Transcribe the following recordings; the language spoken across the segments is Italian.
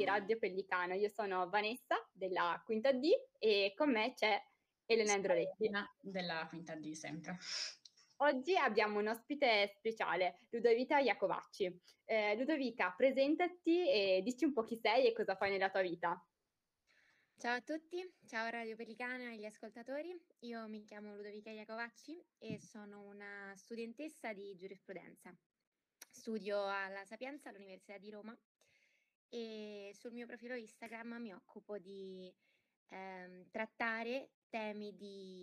Radio Pellicano. Io sono Vanessa della quinta D e con me c'è Elena Androletti. Della quinta D sempre. Oggi abbiamo un ospite speciale, Ludovica Iacovacci. Ludovica, presentati e dici un po' chi sei e cosa fai nella tua vita. Ciao a tutti, ciao Radio Pellicana e agli ascoltatori. Io mi chiamo Ludovica Iacovacci e sono una studentessa di giurisprudenza. Studio alla Sapienza all'Università di Roma e sul mio profilo Instagram mi occupo di trattare temi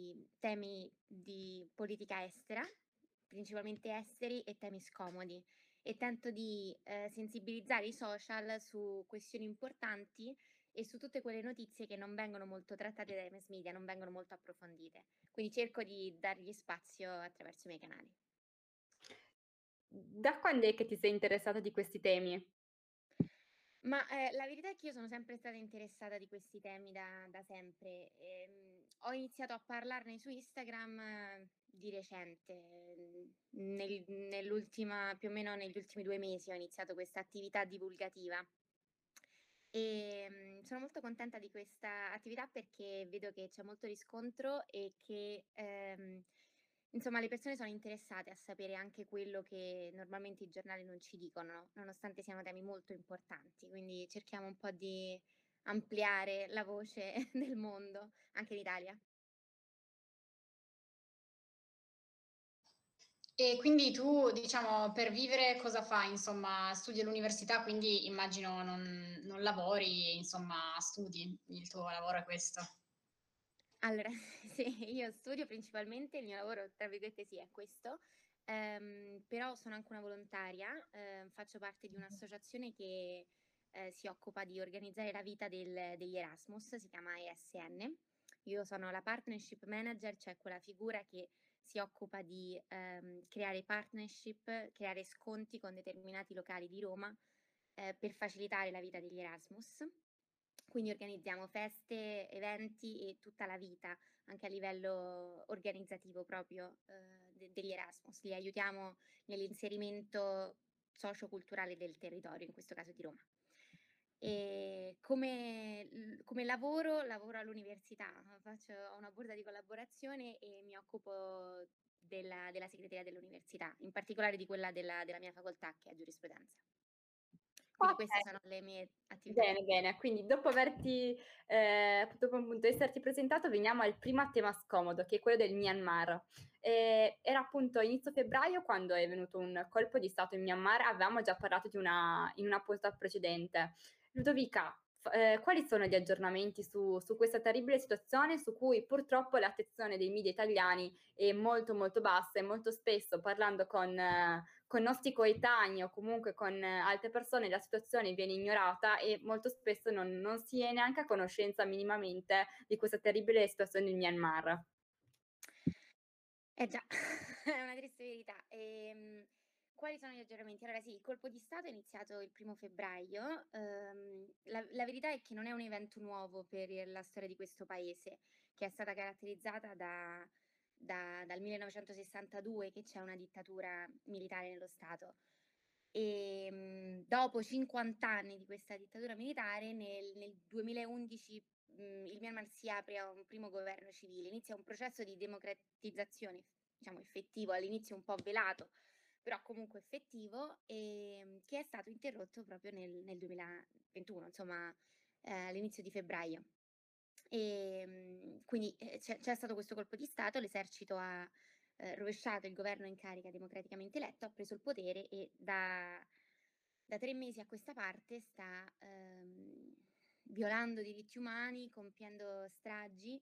di politica estera, principalmente esteri e temi scomodi, e tento di sensibilizzare i social su questioni importanti e su tutte quelle notizie che non vengono molto trattate dai mass media, non vengono molto approfondite. Quindi cerco di dargli spazio attraverso i miei canali. Da quando è che ti sei interessata di questi temi? Ma la verità è che io sono sempre stata interessata di questi temi da sempre. Ho iniziato a parlarne su Instagram di recente, nell'ultima, più o meno negli ultimi 2 mesi ho iniziato questa attività divulgativa. Sono molto contenta di questa attività perché vedo che c'è molto riscontro e che insomma le persone sono interessate a sapere anche quello che normalmente i giornali non ci dicono, nonostante siano temi molto importanti. Quindi cerchiamo un po' di ampliare la voce del mondo, anche in Italia. E quindi tu, diciamo, per vivere cosa fai? Insomma, studi all'università, quindi immagino non lavori, insomma, studi, il tuo lavoro è questo. Allora, sì, io studio principalmente, il mio lavoro, tra virgolette, sì, è questo, però sono anche una volontaria, faccio parte di un'associazione che si occupa di organizzare la vita degli Erasmus, si chiama ESN. Io sono la partnership manager, cioè quella figura che si occupa di creare partnership, creare sconti con determinati locali di Roma per facilitare la vita degli Erasmus. Quindi organizziamo feste, eventi e tutta la vita, anche a livello organizzativo proprio degli Erasmus. Li aiutiamo nell'inserimento socioculturale del territorio, in questo caso di Roma. E come lavoro all'università, ho una borsa di collaborazione e mi occupo della segreteria dell'università, in particolare di quella della mia facoltà, che è giurisprudenza. Quindi queste Ok. sono le mie attività. Bene, bene. Quindi dopo dopo appunto esserti presentato, veniamo al primo tema scomodo, che è quello del Myanmar. Era appunto inizio febbraio quando è venuto un colpo di stato in Myanmar, avevamo già parlato in una puntata precedente. Ludovica, quali sono gli aggiornamenti su questa terribile situazione su cui purtroppo l'attenzione dei media italiani è molto molto bassa e molto spesso parlando con nostri coetanei o comunque con altre persone la situazione viene ignorata e molto spesso non si è neanche a conoscenza minimamente di questa terribile situazione in Myanmar. Eh già, è una triste verità. Quali sono gli aggiornamenti? Allora sì, il colpo di stato è iniziato il 1° febbraio. La verità è che non è un evento nuovo per la storia di questo paese, che è stata caratterizzata dal 1962, che c'è una dittatura militare nello Stato. Dopo 50 anni di questa dittatura militare, nel 2011 il Myanmar si apre a un primo governo civile, inizia un processo di democratizzazione, diciamo effettivo, all'inizio un po' velato, però comunque effettivo, che è stato interrotto proprio nel 2021, insomma, all'inizio di febbraio. Quindi c'è stato questo colpo di Stato, l'esercito ha rovesciato il governo in carica democraticamente eletto, ha preso il potere e da 3 mesi a questa parte sta violando diritti umani, compiendo stragi,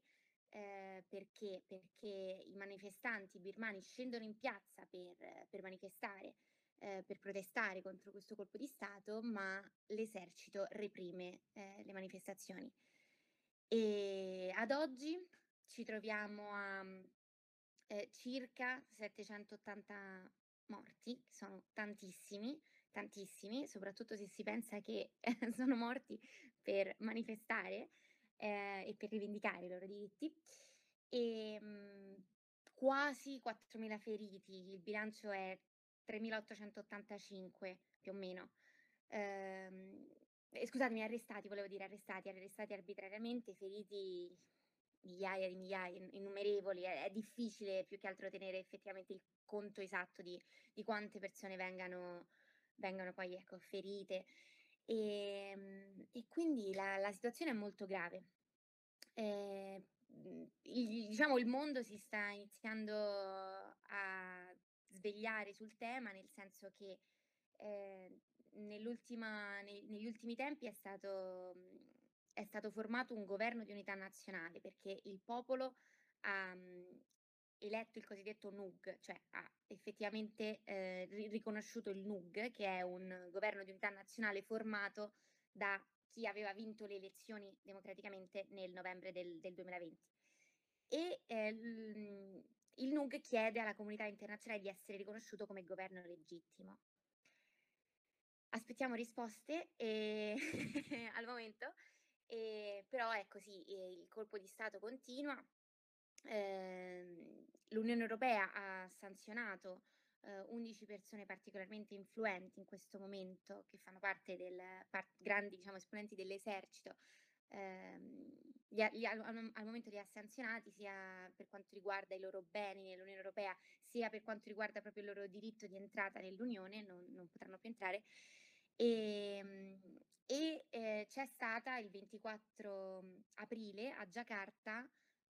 perché i manifestanti birmani scendono in piazza per manifestare, per protestare contro questo colpo di Stato, ma l'esercito reprime le manifestazioni. E ad oggi ci troviamo a circa 780 morti, che sono tantissimi, tantissimi, soprattutto se si pensa che sono morti per manifestare e per rivendicare i loro diritti. E quasi 4.000 feriti, il bilancio è 3.885 più o meno. scusatemi, arrestati, volevo dire arrestati arbitrariamente, feriti migliaia di migliaia, innumerevoli. È difficile più che altro tenere effettivamente il conto esatto di quante persone vengano poi, ecco, ferite. E quindi la situazione è molto grave. Diciamo il mondo si sta iniziando a svegliare sul tema, nel senso che, negli ultimi tempi è stato formato un governo di unità nazionale, perché il popolo ha, eletto il cosiddetto NUG, cioè ha effettivamente, riconosciuto il NUG, che è un governo di unità nazionale formato da chi aveva vinto le elezioni democraticamente nel novembre del 2020. E il NUG chiede alla comunità internazionale di essere riconosciuto come governo legittimo. Aspettiamo risposte al momento, però è così, il colpo di Stato continua. L'Unione Europea ha sanzionato 11 persone particolarmente influenti in questo momento, che fanno parte grandi, diciamo, esponenti dell'esercito. Al momento li ha sanzionati sia per quanto riguarda i loro beni nell'Unione Europea, sia per quanto riguarda proprio il loro diritto di entrata nell'Unione, non potranno più entrare. C'è stata il 24 aprile a Giacarta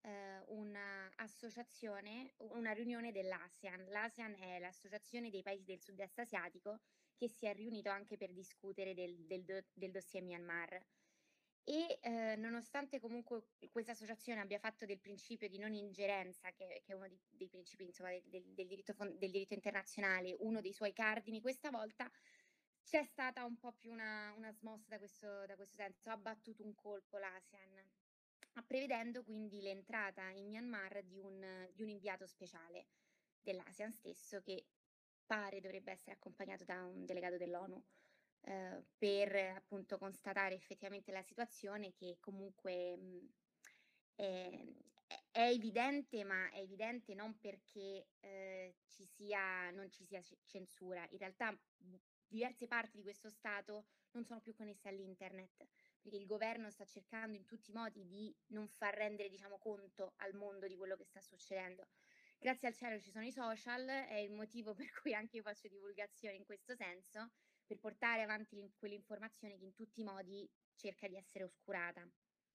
una riunione dell'ASEAN. L'ASEAN è l'associazione dei paesi del sud-est asiatico che si è riunito anche per discutere del dossier Myanmar. Nonostante comunque questa associazione abbia fatto del principio di non ingerenza, che è uno dei principi, insomma, del diritto internazionale, uno dei suoi cardini, questa volta c'è stata un po' più una smossa da questo senso. Ha battuto un colpo l'ASEAN, prevedendo quindi l'entrata in Myanmar di un inviato speciale dell'ASEAN stesso, che pare dovrebbe essere accompagnato da un delegato dell'ONU, per appunto constatare effettivamente la situazione, che comunque è evidente, ma è evidente non perché non ci sia censura. In realtà diverse parti di questo Stato non sono più connesse all'internet, perché il governo sta cercando in tutti i modi di non far rendere, diciamo, conto al mondo di quello che sta succedendo. Grazie al cielo ci sono i social, è il motivo per cui anche io faccio divulgazione in questo senso, per portare avanti quell'informazione che in tutti i modi cerca di essere oscurata.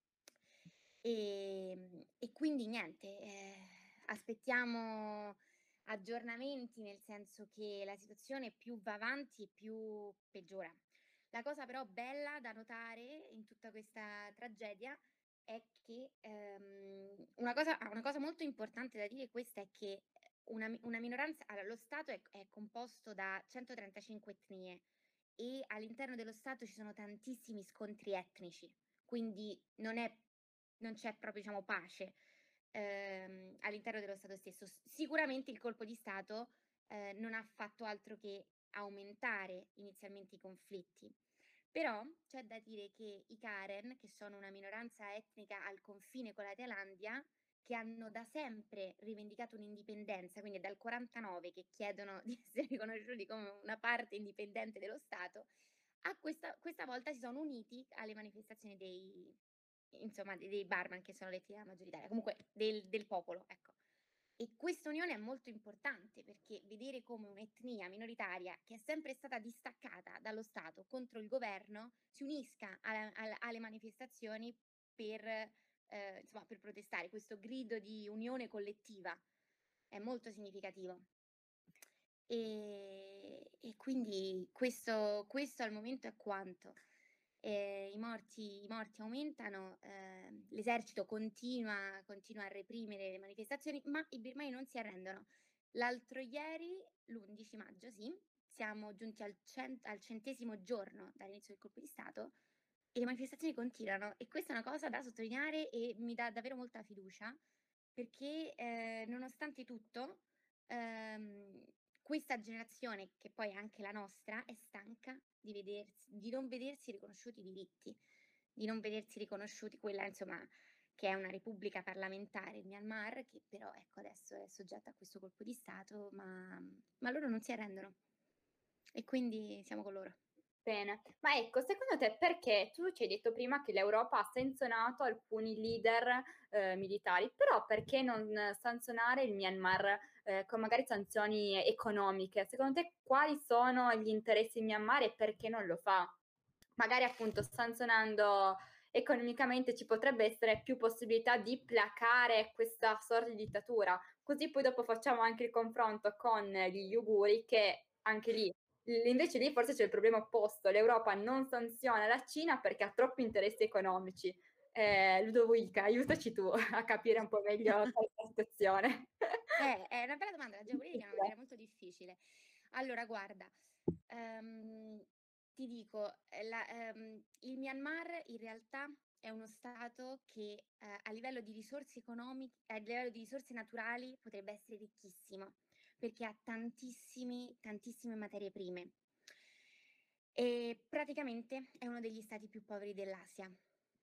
E quindi niente, aspettiamo aggiornamenti, nel senso che la situazione più va avanti e più peggiora. La cosa però bella da notare in tutta questa tragedia è che una cosa molto importante da dire, questa, è che una minoranza, allora, lo Stato è composto da 135 etnie e all'interno dello Stato ci sono tantissimi scontri etnici, quindi non c'è proprio, diciamo, pace all'interno dello Stato stesso. Sicuramente il colpo di Stato non ha fatto altro che aumentare inizialmente i conflitti. Però c'è da dire che i Karen, che sono una minoranza etnica al confine con la Thailandia, che hanno da sempre rivendicato un'indipendenza, quindi è dal 49 che chiedono di essere riconosciuti come una parte indipendente dello Stato, questa volta si sono uniti alle manifestazioni dei barman, che sono l'etnia maggioritaria, comunque del popolo, ecco. E questa unione è molto importante, perché vedere come un'etnia minoritaria, che è sempre stata distaccata dallo Stato contro il governo, si unisca alle manifestazioni insomma, per protestare, questo grido di unione collettiva è molto significativo. E quindi questo al momento è quanto. I morti aumentano, l'esercito continua a reprimere le manifestazioni, ma i birmani non si arrendono. L'altro ieri, l'11 maggio, sì, siamo giunti al 100° giorno dall'inizio del colpo di Stato e le manifestazioni continuano, e questa è una cosa da sottolineare e mi dà davvero molta fiducia, perché nonostante tutto questa generazione, che poi è anche la nostra, è stanca di non vedersi riconosciuti i diritti, di non vedersi riconosciuti quella, insomma, che è una repubblica parlamentare, il Myanmar, che però, ecco, adesso è soggetta a questo colpo di Stato, ma loro non si arrendono, e quindi siamo con loro. Bene, ma ecco, secondo te perché tu ci hai detto prima che l'Europa ha sanzionato alcuni leader militari, però perché non sanzionare il Myanmar con magari sanzioni economiche? Secondo te quali sono gli interessi in Myanmar e perché non lo fa? Magari appunto sanzionando economicamente ci potrebbe essere più possibilità di placare questa sorta di dittatura. Così poi dopo facciamo anche il confronto con gli uiguri che anche lì invece lì forse c'è il problema opposto, l'Europa non sanziona la Cina perché ha troppi interessi economici. Ludovica, aiutaci tu a capire un po' meglio questa situazione. È una bella domanda, la geopolitica è una materia molto difficile. Allora, guarda, ehm, ti dico, il Myanmar in realtà è uno stato che a livello di risorse economiche, a livello di risorse naturali potrebbe essere ricchissimo, perché ha tantissime materie prime. E praticamente è uno degli stati più poveri dell'Asia.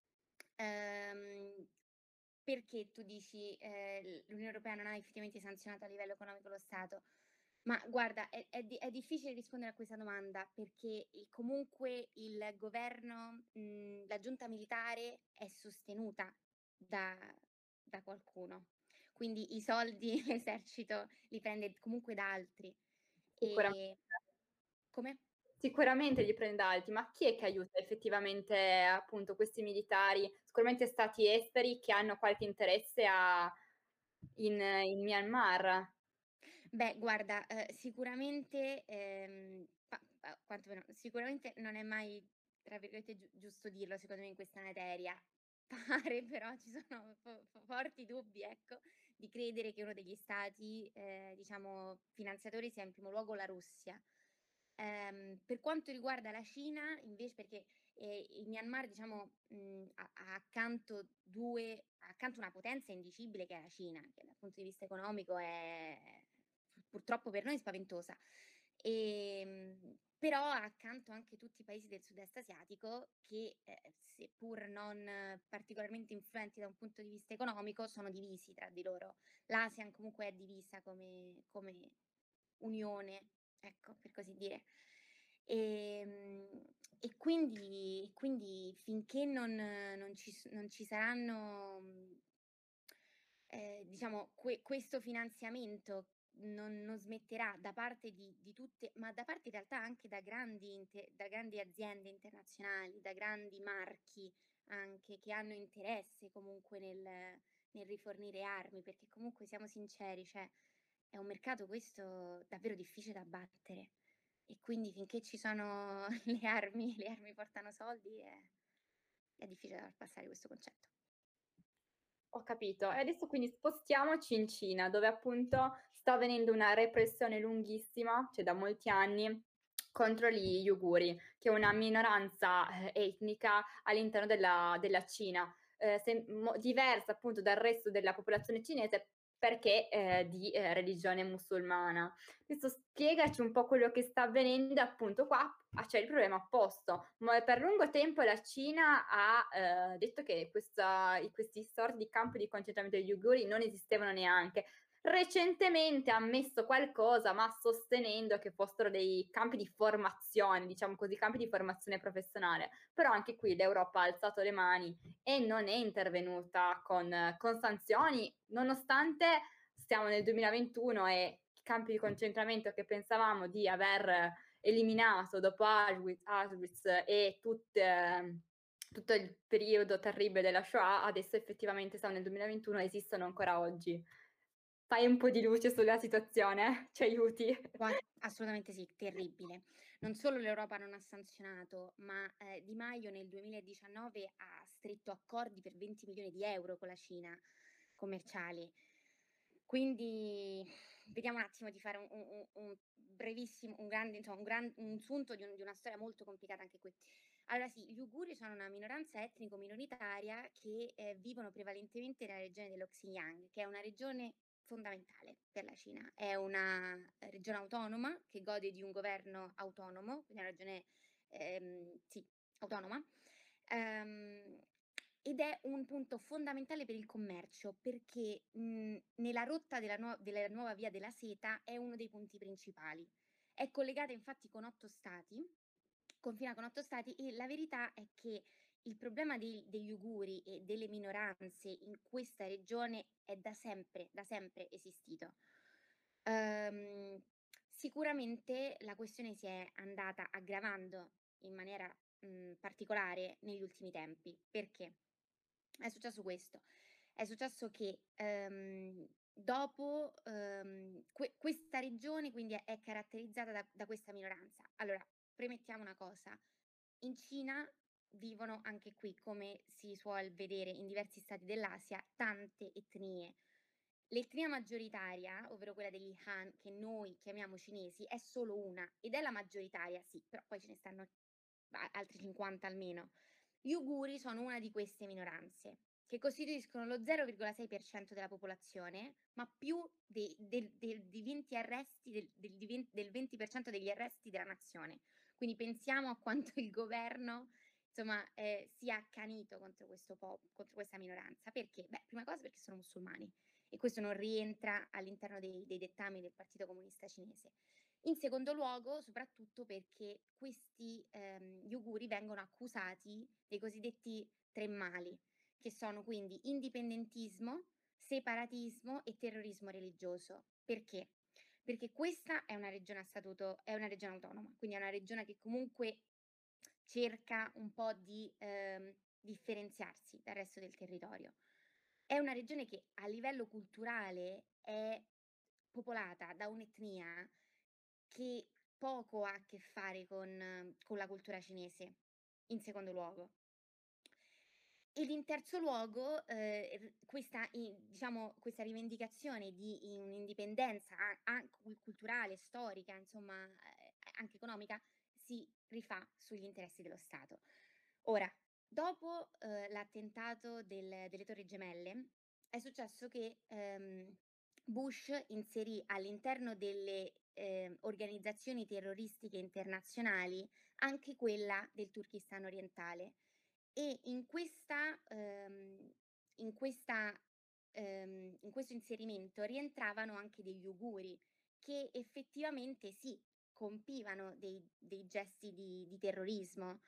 Ehm, perché tu dici l'Unione Europea non ha effettivamente sanzionato a livello economico lo Stato? Ma guarda, è difficile rispondere a questa domanda perché comunque il governo, la giunta militare è sostenuta da, da qualcuno. Quindi i soldi l'esercito li prende comunque da altri. Sicuramente. E come? Sicuramente li prende da altri, ma chi è che aiuta effettivamente appunto questi militari? Sicuramente stati esteri che hanno qualche interesse in Myanmar. Beh, guarda, sicuramente, quantomeno, sicuramente non è mai, tra virgolette, giusto dirlo, secondo me, in questa materia. Pare, però ci sono forti dubbi, ecco, di credere che uno degli stati, diciamo, finanziatori sia in primo luogo la Russia. Per quanto riguarda la Cina, invece, perché il Myanmar, diciamo, ha accanto una potenza indicibile che è la Cina, che dal punto di vista economico è purtroppo per noi spaventosa. Però ha accanto anche tutti i paesi del sud-est asiatico che, seppur non particolarmente influenti da un punto di vista economico, sono divisi tra di loro. L'ASEAN comunque è divisa come unione, ecco, per così dire. E quindi finché non ci saranno, diciamo, questo finanziamento non smetterà da parte di tutte, ma da parte in realtà anche da grandi aziende internazionali, da grandi marchi anche che hanno interesse comunque nel rifornire armi, perché comunque siamo sinceri, cioè è un mercato questo davvero difficile da battere e quindi finché ci sono le armi portano soldi, è difficile da far passare questo concetto. Ho capito. E adesso quindi spostiamoci in Cina, dove appunto sta avvenendo una repressione lunghissima, cioè da molti anni, contro gli uiguri, che è una minoranza etnica all'interno della Cina, diversa appunto dal resto della popolazione cinese perché di religione musulmana. Adesso spiegaci un po' quello che sta avvenendo, appunto qua c'è il problema opposto. Per lungo tempo la Cina ha detto che questi sorti di campi di concentramento degli uiguri non esistevano neanche. Recentemente ha ammesso qualcosa, ma sostenendo che fossero dei campi di formazione, diciamo così, campi di formazione professionale. Però anche qui l'Europa ha alzato le mani e non è intervenuta con sanzioni, nonostante stiamo nel 2021 e i campi di concentramento che pensavamo di aver eliminato dopo Auschwitz e tutto il periodo terribile della Shoah, adesso effettivamente siamo nel 2021 e esistono ancora oggi. Fai un po' di luce sulla situazione, ci aiuti? Assolutamente sì, terribile. Non solo l'Europa non ha sanzionato, ma Di Maio nel 2019 ha stretto accordi per 20 milioni di euro con la Cina commerciali. Quindi vediamo un attimo di fare un brevissimo, un grande, insomma, un sunto di una storia molto complicata anche qui. Allora sì, gli Uiguri sono una minoranza etnico-minoritaria che vivono prevalentemente nella regione dello Xinjiang, che è una regione fondamentale per la Cina. È una regione autonoma che gode di un governo autonomo, quindi una regione sì, autonoma, ed è un punto fondamentale per il commercio perché nella rotta della nuova via della seta è uno dei punti principali. È collegata infatti con 8 stati, confina con 8 stati, e la verità è che il problema degli uiguri e delle minoranze in questa regione è da sempre esistito. Sicuramente la questione si è andata aggravando in maniera particolare negli ultimi tempi. Perché? È successo questo. È successo che dopo questa regione quindi è caratterizzata da questa minoranza. Allora, premettiamo una cosa: in Cina vivono anche qui, come si suol vedere in diversi stati dell'Asia, tante etnie. L'etnia maggioritaria, ovvero quella degli Han, che noi chiamiamo cinesi, è solo una, ed è la maggioritaria, sì, però poi ce ne stanno altri 50 almeno. Gli uiguri sono una di queste minoranze, che costituiscono lo 0,6% della popolazione, ma più di 20 arresti, del 20% degli arresti della nazione. Quindi pensiamo a quanto il governo, insomma, sia accanito contro contro questa minoranza. Perché? Beh, prima cosa perché sono musulmani, e questo non rientra all'interno dei dettami del Partito Comunista Cinese. In secondo luogo, soprattutto perché questi gli uiguri vengono accusati dei cosiddetti tre mali, che sono quindi indipendentismo, separatismo e terrorismo religioso. Perché? Perché questa è una regione a statuto, è una regione autonoma, quindi è una regione che comunque cerca un po' di differenziarsi dal resto del territorio. È una regione che a livello culturale è popolata da un'etnia che poco ha a che fare con la cultura cinese, in secondo luogo. Ed in terzo luogo, diciamo, questa rivendicazione di un'indipendenza culturale, storica, insomma, anche economica, si rifà sugli interessi dello Stato. Ora, dopo l'attentato delle Torri Gemelle, è successo che Bush inserì all'interno delle organizzazioni terroristiche internazionali anche quella del Turkistan orientale. E in questo inserimento rientravano anche degli uiguri, che effettivamente sì, compivano dei gesti di terrorismo,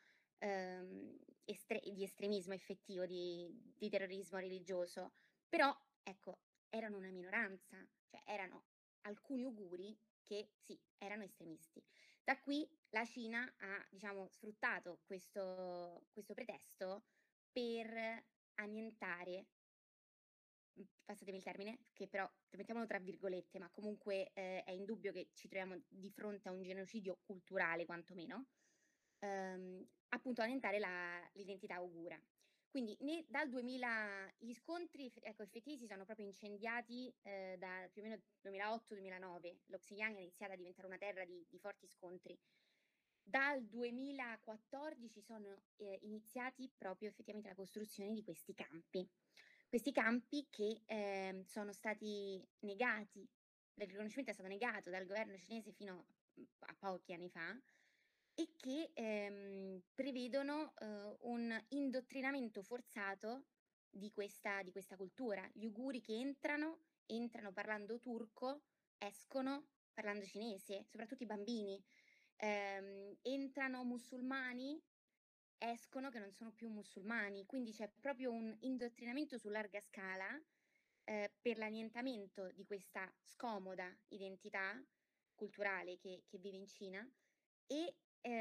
di estremismo effettivo, di terrorismo religioso, però ecco, erano una minoranza, cioè erano alcuni uiguri che sì, erano estremisti. Da qui la Cina ha, diciamo, sfruttato questo pretesto per annientare, passatemi il termine, che però mettiamolo tra virgolette, ma comunque è indubbio che ci troviamo di fronte a un genocidio culturale, quantomeno, appunto annientare l'identità uigura. Quindi dal 2000 gli scontri effettivi si sono proprio incendiati da più o meno 2008-2009. Lo Xinjiang è iniziata a diventare una terra di forti scontri. Dal 2014 sono iniziati proprio effettivamente la costruzione di questi campi. Questi campi che sono stati negati, il riconoscimento è stato negato dal governo cinese fino a pochi anni fa, e che prevedono un indottrinamento forzato di questa cultura. Gli uiguri che entrano parlando turco, escono parlando cinese, soprattutto i bambini. Entrano musulmani, escono che non sono più musulmani, quindi c'è proprio un indottrinamento su larga scala per l'annientamento di questa scomoda identità culturale che vive in Cina, e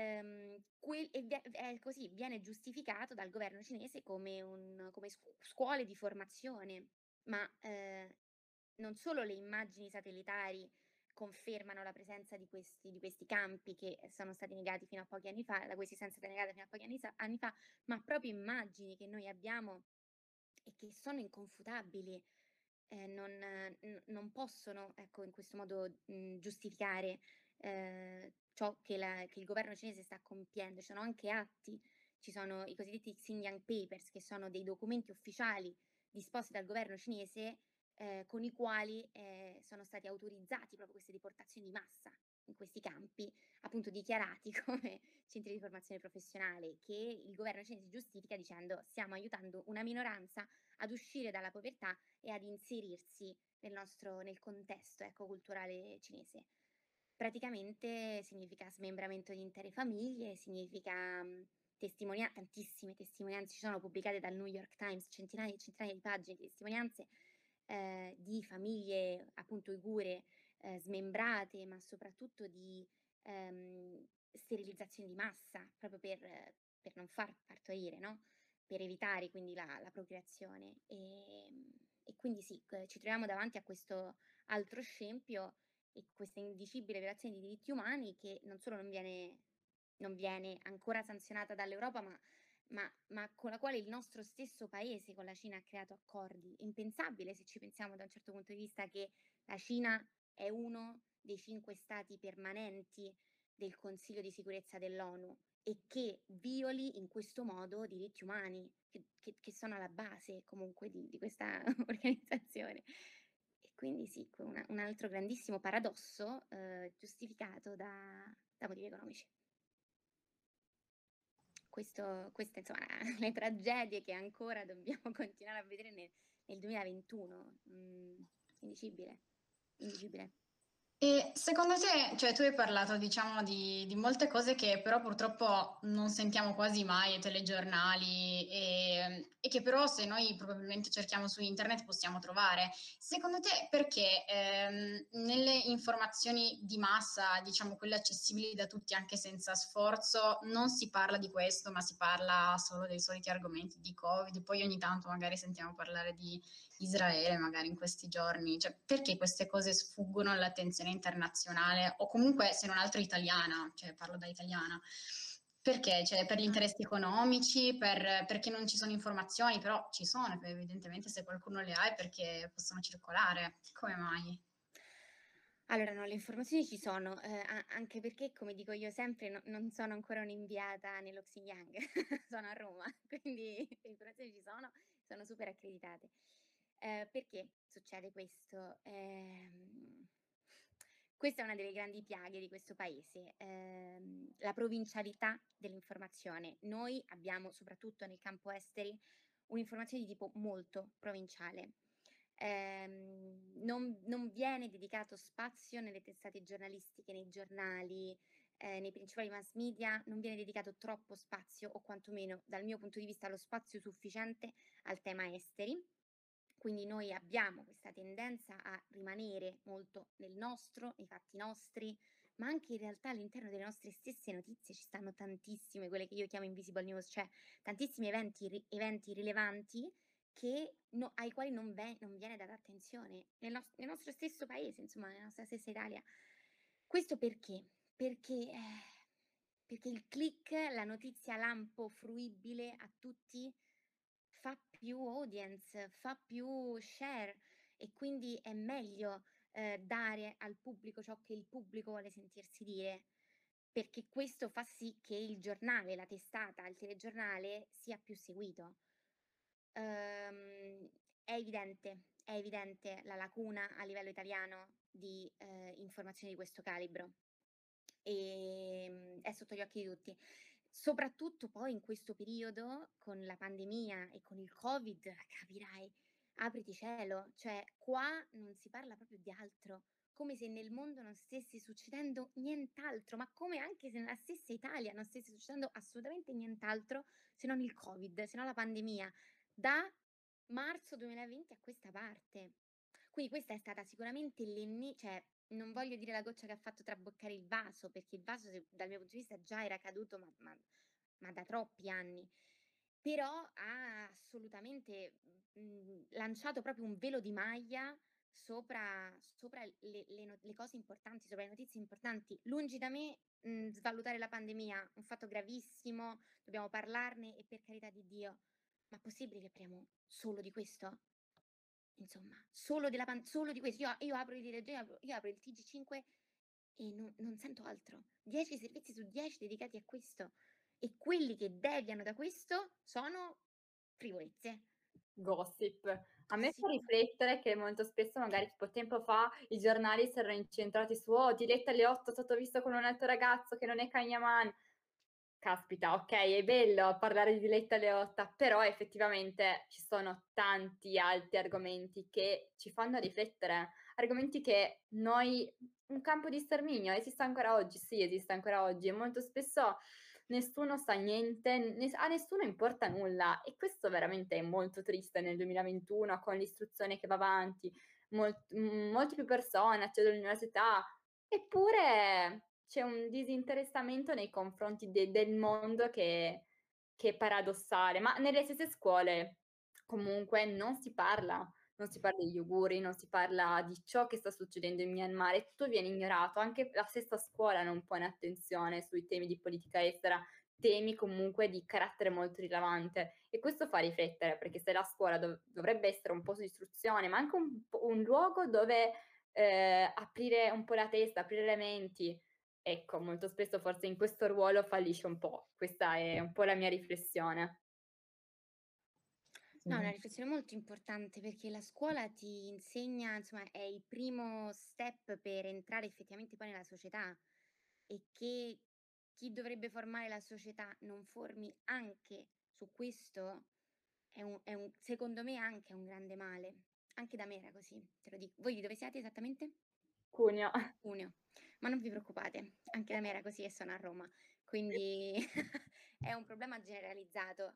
così viene giustificato dal governo cinese come scuole di formazione, ma non solo le immagini satellitari confermano la presenza di questi campi che sono stati negati fino a pochi anni fa, la cui esistenza è stata negata fino a pochi anni fa, ma proprio immagini che noi abbiamo e che sono inconfutabili, non possono, ecco, in questo modo giustificare ciò che il governo cinese sta compiendo. Ci sono anche atti, ci sono i cosiddetti Xinjiang Papers, che sono dei documenti ufficiali disposti dal governo cinese con i quali sono stati autorizzati proprio queste deportazioni di massa in questi campi, appunto dichiarati come centri di formazione professionale, che il governo cinese giustifica dicendo: stiamo aiutando una minoranza ad uscire dalla povertà e ad inserirsi nel contesto, ecco, culturale cinese. praticamente significa smembramento di intere famiglie, significa tantissime testimonianze, ci sono pubblicate dal New York Times centinaia e centinaia di pagine di testimonianze di famiglie appunto uigure smembrate, ma soprattutto di sterilizzazione di massa, proprio per non far partorire, no? Per evitare quindi la procreazione. E quindi sì, ci troviamo davanti a questo altro scempio e questa indicibile violazione di diritti umani che non solo non viene ancora sanzionata dall'Europa, ma con la quale il nostro stesso paese con la Cina ha creato accordi. Impensabile, se ci pensiamo da un certo punto di vista, che la Cina è uno dei 5 stati permanenti del Consiglio di sicurezza dell'ONU e che violi in questo modo diritti umani, che sono alla base comunque di questa organizzazione. E quindi sì, un altro grandissimo paradosso giustificato da motivi economici. Queste insomma le tragedie che ancora dobbiamo continuare a vedere nel 2021. Indicibile, indicibile. E secondo te, cioè tu hai parlato, diciamo, di molte cose che però purtroppo non sentiamo quasi mai ai telegiornali e che però se noi probabilmente cerchiamo su internet possiamo trovare. Secondo te perché nelle informazioni di massa, diciamo quelle accessibili da tutti anche senza sforzo, non si parla di questo, ma si parla solo dei soliti argomenti di Covid, poi ogni tanto magari sentiamo parlare di Israele magari in questi giorni, cioè perché queste cose sfuggono all'attenzione internazionale o comunque se non altro italiana, cioè parlo da italiana, perché? Cioè per gli interessi economici, perché non ci sono informazioni, però ci sono, evidentemente se qualcuno le ha è perché possono circolare, come mai? Allora no, le informazioni ci sono, anche perché, come dico io sempre, non sono ancora un'inviata nello Xinjiang, sono a Roma, quindi le informazioni ci sono super accreditate. Perché succede questo? Questa è una delle grandi piaghe di questo paese, la provincialità dell'informazione. Noi abbiamo, soprattutto nel campo esteri, un'informazione di tipo molto provinciale. Non viene dedicato spazio nelle testate giornalistiche, nei giornali, nei principali mass media, non viene dedicato troppo spazio, o quantomeno dal mio punto di vista lo spazio sufficiente al tema esteri. Quindi noi abbiamo questa tendenza a rimanere molto nel nostro, nei fatti nostri, ma anche in realtà all'interno delle nostre stesse notizie ci stanno tantissime, quelle che io chiamo invisible news, cioè tantissimi eventi rilevanti ai quali non viene data attenzione nel nostro stesso paese, insomma, nella nostra stessa Italia. Questo perché? Perché il click, la notizia lampo fruibile a tutti, fa più audience, fa più share e quindi è meglio dare al pubblico ciò che il pubblico vuole sentirsi dire, perché questo fa sì che il giornale, la testata, il telegiornale sia più seguito. È evidente la lacuna a livello italiano di informazioni di questo calibro. È sotto gli occhi di tutti. Soprattutto poi in questo periodo, con la pandemia e con il Covid, capirai, apriti cielo, cioè qua non si parla proprio di altro, come se nel mondo non stesse succedendo nient'altro, ma come anche se nella stessa Italia non stesse succedendo assolutamente nient'altro se non il Covid, se non la pandemia, da marzo 2020 a questa parte. Quindi questa è stata sicuramente cioè non voglio dire la goccia che ha fatto traboccare il vaso, perché il vaso dal mio punto di vista già era caduto, ma da troppi anni. Però ha assolutamente lanciato proprio un velo di maglia sopra le cose importanti, sopra le notizie importanti. Lungi da me svalutare la pandemia, un fatto gravissimo, dobbiamo parlarne e per carità di Dio, ma è possibile che parliamo solo di questo? Insomma, solo di questo. Io apro i telegiornali, io apro il TG5 e non sento altro. 10 servizi su 10 dedicati a questo. E quelli che deviano da questo sono frivolezze. Gossip. A me fa Gossip. riflettere che molto spesso, magari tipo tempo fa, i giornali si erano incentrati su: "Oh, Diletta Leotta stato visto con un altro ragazzo che non è Kagnaman". Caspita, okay, è bello parlare di Diletta Leotta, però effettivamente ci sono tanti altri argomenti che ci fanno riflettere, argomenti che noi un campo di sterminio, esiste ancora oggi, sì, esiste ancora oggi e molto spesso nessuno sa niente, a nessuno importa nulla e questo veramente è molto triste nel 2021 con l'istruzione che va avanti, molte più persone accedono all'università, eppure c'è un disinteressamento nei confronti del mondo che è paradossale, ma nelle stesse scuole comunque non si parla degli auguri, non si parla di ciò che sta succedendo in Myanmar e tutto viene ignorato. Anche la stessa scuola non pone attenzione sui temi di politica estera, temi comunque di carattere molto rilevante. E questo fa riflettere, perché se la scuola dovrebbe essere un posto di istruzione, ma anche un luogo dove aprire un po' la testa, aprire le menti. Ecco, molto spesso forse in questo ruolo fallisce un po'. Questa è un po' la mia riflessione. No, è una riflessione molto importante perché la scuola ti insegna, insomma, è il primo step per entrare effettivamente poi nella società e che chi dovrebbe formare la società non formi anche su questo secondo me anche un grande male. Anche da me era così, te lo dico. Voi di dove siete esattamente? Cuneo. Cuneo. Ma non vi preoccupate, anche da me era così e sono a Roma, quindi è un problema generalizzato.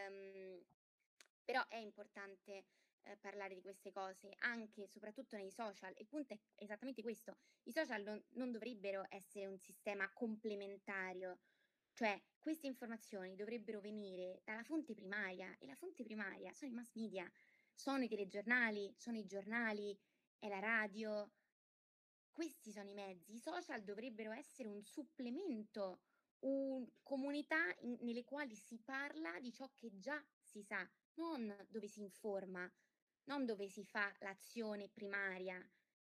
Però è importante parlare di queste cose, anche e soprattutto nei social. Il punto è esattamente questo. I social non dovrebbero essere un sistema complementario, cioè queste informazioni dovrebbero venire dalla fonte primaria e la fonte primaria sono i mass media, sono i telegiornali, sono i giornali, è la radio. Questi sono i mezzi. I social dovrebbero essere un supplemento, comunità nelle quali si parla di ciò che già si sa, non dove si informa, non dove si fa l'azione primaria.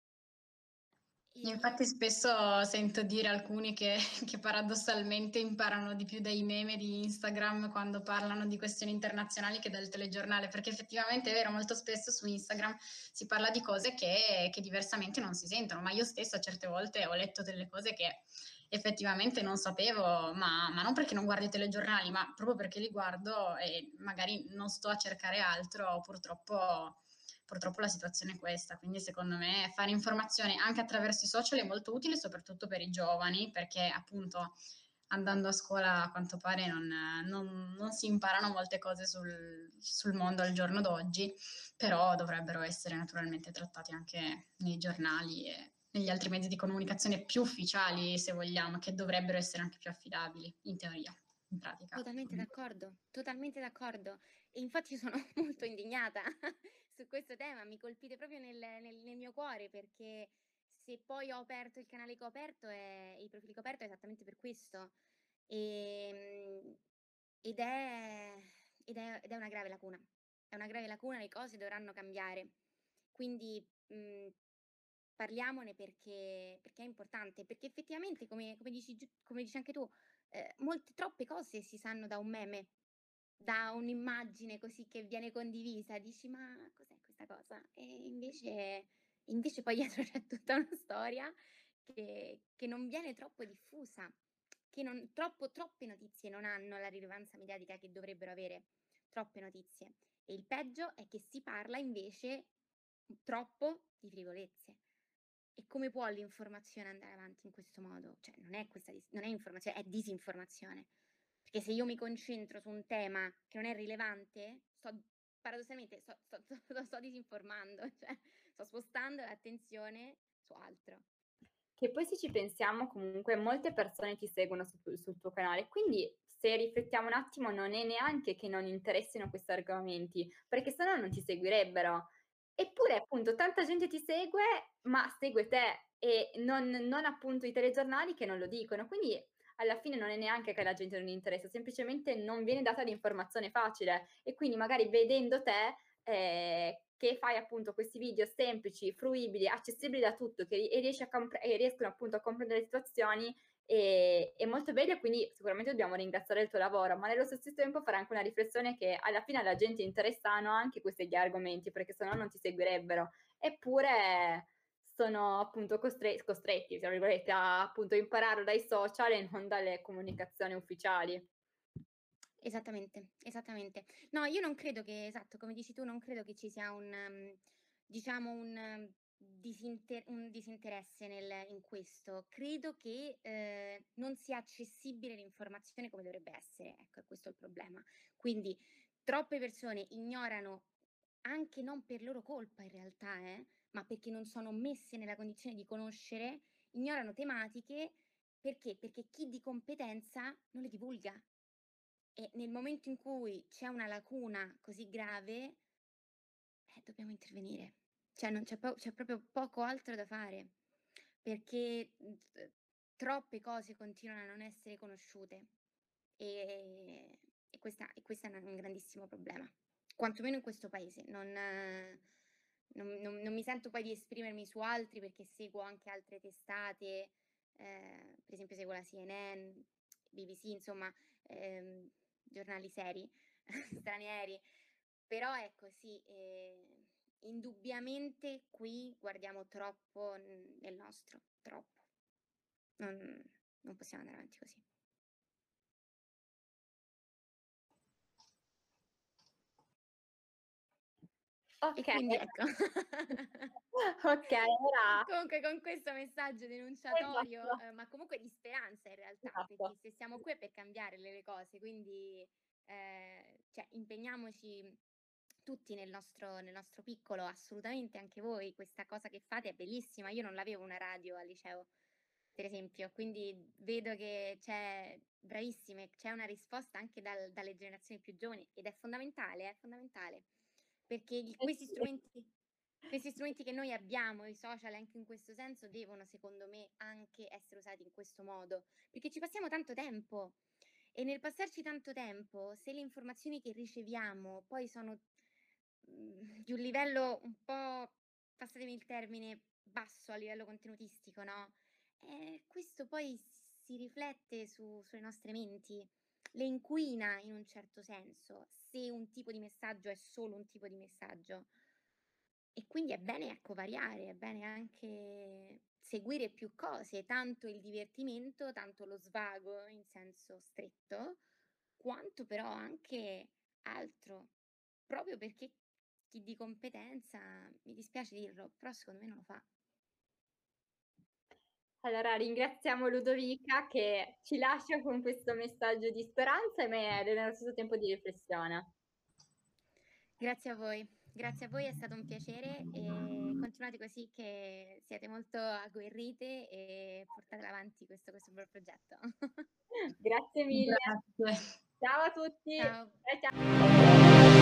Infatti spesso sento dire alcuni che paradossalmente imparano di più dai meme di Instagram quando parlano di questioni internazionali che dal telegiornale, perché effettivamente è vero, molto spesso su Instagram si parla di cose che diversamente non si sentono, ma io stessa certe volte ho letto delle cose che effettivamente non sapevo, ma non perché non guardo i telegiornali, ma proprio perché li guardo e magari non sto a cercare altro, purtroppo la situazione è questa, quindi secondo me fare informazione anche attraverso i social è molto utile, soprattutto per i giovani, perché appunto andando a scuola a quanto pare non si imparano molte cose sul mondo al giorno d'oggi, però dovrebbero essere naturalmente trattati anche nei giornali e negli altri mezzi di comunicazione più ufficiali, se vogliamo, che dovrebbero essere anche più affidabili, in teoria, in pratica. Totalmente d'accordo, totalmente d'accordo. E infatti sono molto indignata su questo tema, mi colpite proprio nel mio cuore perché se poi ho aperto il canale che ho aperto, il profilo che ho aperto è esattamente per questo. Ehm, ed è, ed è una grave lacuna. È una grave lacuna, le cose dovranno cambiare. Quindi parliamone perché è importante, perché effettivamente, come dici anche tu, troppe cose si sanno da un meme, da un'immagine così che viene condivisa, dici: "Ma cos'è questa cosa?" E invece poi dietro c'è tutta una storia che non viene troppo diffusa, che troppe notizie non hanno la rilevanza mediatica che dovrebbero avere, troppe notizie. E il peggio è che si parla invece troppo di frivolezze. E come può l'informazione andare avanti in questo modo? Cioè, non è informazione, è disinformazione. Perché se io mi concentro su un tema che non è rilevante, paradossalmente sto disinformando, cioè sto spostando l'attenzione su altro. Che poi se ci pensiamo comunque molte persone ti seguono sul tuo canale, quindi se riflettiamo un attimo non è neanche che non interessino questi argomenti, perché se no non ti seguirebbero. Eppure appunto tanta gente ti segue, ma segue te e non appunto i telegiornali che non lo dicono. Quindi alla fine non è neanche che la gente non interessa, semplicemente non viene data l'informazione facile e quindi magari vedendo te che fai appunto questi video semplici, fruibili, accessibili da tutto, e riescono appunto a comprendere le situazioni, è molto bello e quindi sicuramente dobbiamo ringraziare il tuo lavoro, ma nello stesso tempo fare anche una riflessione che alla fine alla gente interessano anche questi argomenti, perché se no non ti seguirebbero. Eppure sono appunto costretti, tra virgolette, a appunto imparare dai social e non dalle comunicazioni ufficiali. Esattamente, esattamente. No, io non credo che, esatto, come dici tu, non credo che ci sia diciamo un disinteresse in questo. Credo che non sia accessibile l'informazione come dovrebbe essere, ecco, questo è il problema. Quindi troppe persone ignorano, anche non per loro colpa in realtà, ma perché non sono messe nella condizione di conoscere, ignorano tematiche perché? Perché chi di competenza non le divulga. E nel momento in cui c'è una lacuna così grave, dobbiamo intervenire. Cioè non c'è proprio poco altro da fare, perché troppe cose continuano a non essere conosciute e questo è un grandissimo problema, quantomeno in questo paese. Non mi sento poi di esprimermi su altri perché seguo anche altre testate, per esempio seguo la CNN, BBC, insomma, giornali seri, stranieri. Però ecco sì, indubbiamente qui guardiamo troppo nel nostro, troppo. Non possiamo andare avanti così. E Ok. quindi ecco. Ok, ora... Comunque con questo messaggio denunciatorio, Esatto. ma comunque di speranza in realtà, Esatto. perché se siamo qui è per cambiare le cose, quindi cioè, impegniamoci tutti nel nostro piccolo, assolutamente anche voi. Questa cosa che fate è bellissima. Io non l'avevo una radio al liceo, per esempio, quindi vedo che c'è, bravissime, c'è una risposta anche dalle generazioni più giovani ed è fondamentale, perché questi strumenti che noi abbiamo, i social anche in questo senso, devono secondo me anche essere usati in questo modo, perché ci passiamo tanto tempo e nel passarci tanto tempo, se le informazioni che riceviamo poi sono di un livello un po', passatemi il termine, basso a livello contenutistico, no? Questo poi si riflette sulle nostre menti, le inquina in un certo senso, se un tipo di messaggio è solo un tipo di messaggio. E quindi è bene, ecco, variare, è bene anche seguire più cose, tanto il divertimento, tanto lo svago in senso stretto, quanto però anche altro, proprio perché chi di competenza, mi dispiace dirlo, però secondo me non lo fa. Allora ringraziamo Ludovica che ci lascia con questo messaggio di speranza e nello stesso tempo di riflessione. Grazie a voi, è stato un piacere e continuate così che siete molto agguerrite e portate avanti questo bel progetto. Grazie mille. Grazie. Ciao a tutti. Ciao. Ciao.